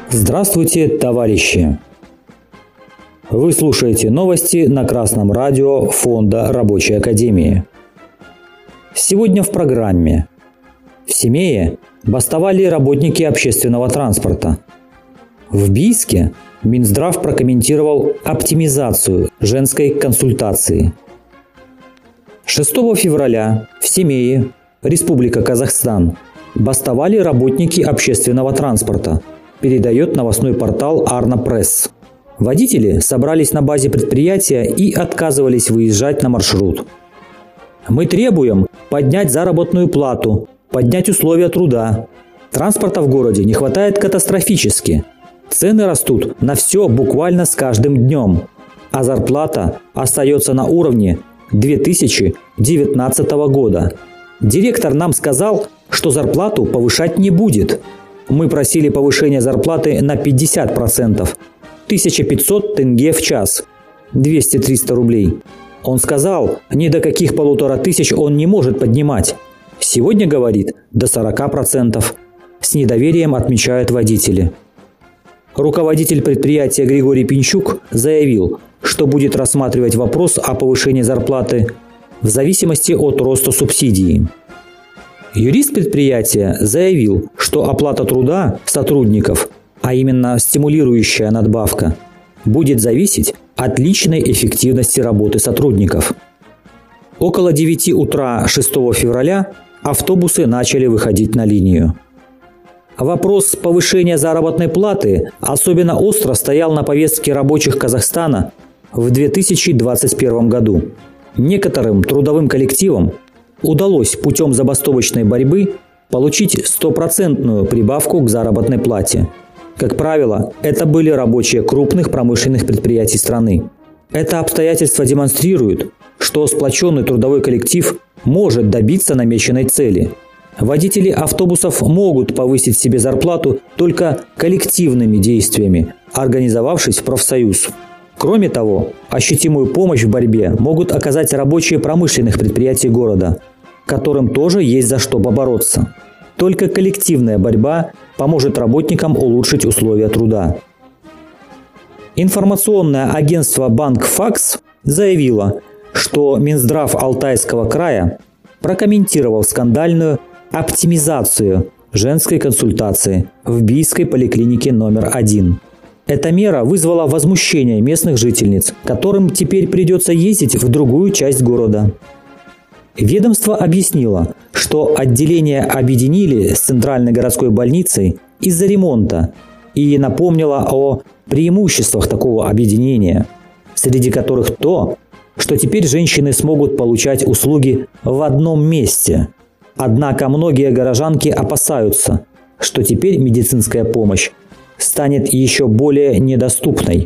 Здравствуйте, товарищи! Вы слушаете новости на Красном радио Фонда Рабочей Академии. Сегодня в программе. В Семее бастовали работники общественного транспорта. В Бийске Минздрав прокомментировал оптимизацию женской консультации. 6 февраля в Семее, Республика Казахстан, бастовали работники общественного транспорта, передает новостной портал Арна Пресс. Водители собрались на базе предприятия и отказывались выезжать на маршрут. Мы требуем поднять заработную плату, поднять условия труда. Транспорта в городе не хватает катастрофически. Цены растут на все буквально с каждым днем, а зарплата остается на уровне 2019 года. Директор нам сказал, что зарплату повышать не будет. Мы просили повышения зарплаты на 50%. 1500 тенге в час. 200-300 рублей. Он сказал, ни до каких 1500 он не может поднимать. Сегодня говорит до 40%. С недоверием отмечают водители. Руководитель предприятия Григорий Пинчук заявил, что будет рассматривать вопрос о повышении зарплаты в зависимости от роста субсидий. Юрист предприятия заявил, что оплата труда сотрудников, а именно стимулирующая надбавка, будет зависеть от личной эффективности работы сотрудников. Около 9 утра 6 февраля автобусы начали выходить на линию. Вопрос повышения заработной платы особенно остро стоял на повестке рабочих Казахстана в 2021 году. Некоторым трудовым коллективам удалось путем забастовочной борьбы получить 100% прибавку к заработной плате. Как правило, это были рабочие крупных промышленных предприятий страны. Это обстоятельство демонстрирует, что сплоченный трудовой коллектив может добиться намеченной цели. Водители автобусов могут повысить себе зарплату только коллективными действиями, организовавшись в профсоюз. Кроме того, ощутимую помощь в борьбе могут оказать рабочие промышленных предприятий города, которым тоже есть за что побороться. Только коллективная борьба поможет работникам улучшить условия труда. Информационное агентство «Банк Факс» заявило, что Минздрав Алтайского края прокомментировал скандальную оптимизацию женской консультации в Бийской поликлинике номер 1. Эта мера вызвала возмущение местных жительниц, которым теперь придется ездить в другую часть города. Ведомство объяснило, что отделение объединили с центральной городской больницей из-за ремонта и напомнило о преимуществах такого объединения, среди которых то, что теперь женщины смогут получать услуги в одном месте. Однако многие горожанки опасаются, что теперь медицинская помощь станет еще более недоступной.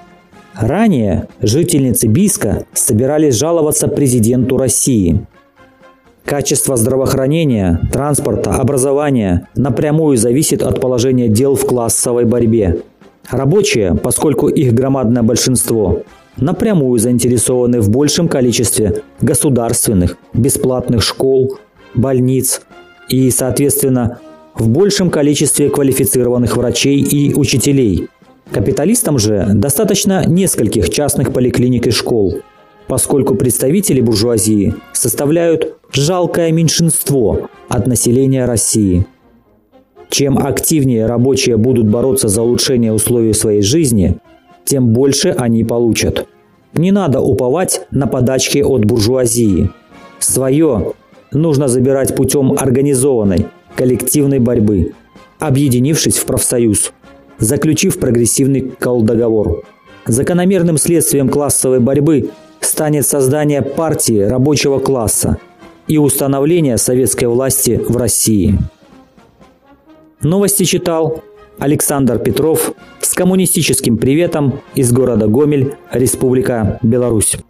Ранее жительницы Бийска собирались жаловаться президенту России. Качество здравоохранения, транспорта, образования напрямую зависит от положения дел в классовой борьбе. Рабочие, поскольку их громадное большинство, напрямую заинтересованы в большем количестве государственных, бесплатных школ, больниц и, соответственно, в большем количестве квалифицированных врачей и учителей. Капиталистам же достаточно нескольких частных поликлиник и школ, поскольку представители буржуазии составляют жалкое меньшинство от населения России. Чем активнее рабочие будут бороться за улучшение условий своей жизни, тем больше они получат. Не надо уповать на подачки от буржуазии. Свое нужно забирать путем организованной, коллективной борьбы, объединившись в профсоюз, заключив прогрессивный колдоговор. Закономерным следствием классовой борьбы станет создание партии рабочего класса и установление советской власти в России. Новости читал Александр Петров с коммунистическим приветом из города Гомель, Республика Беларусь.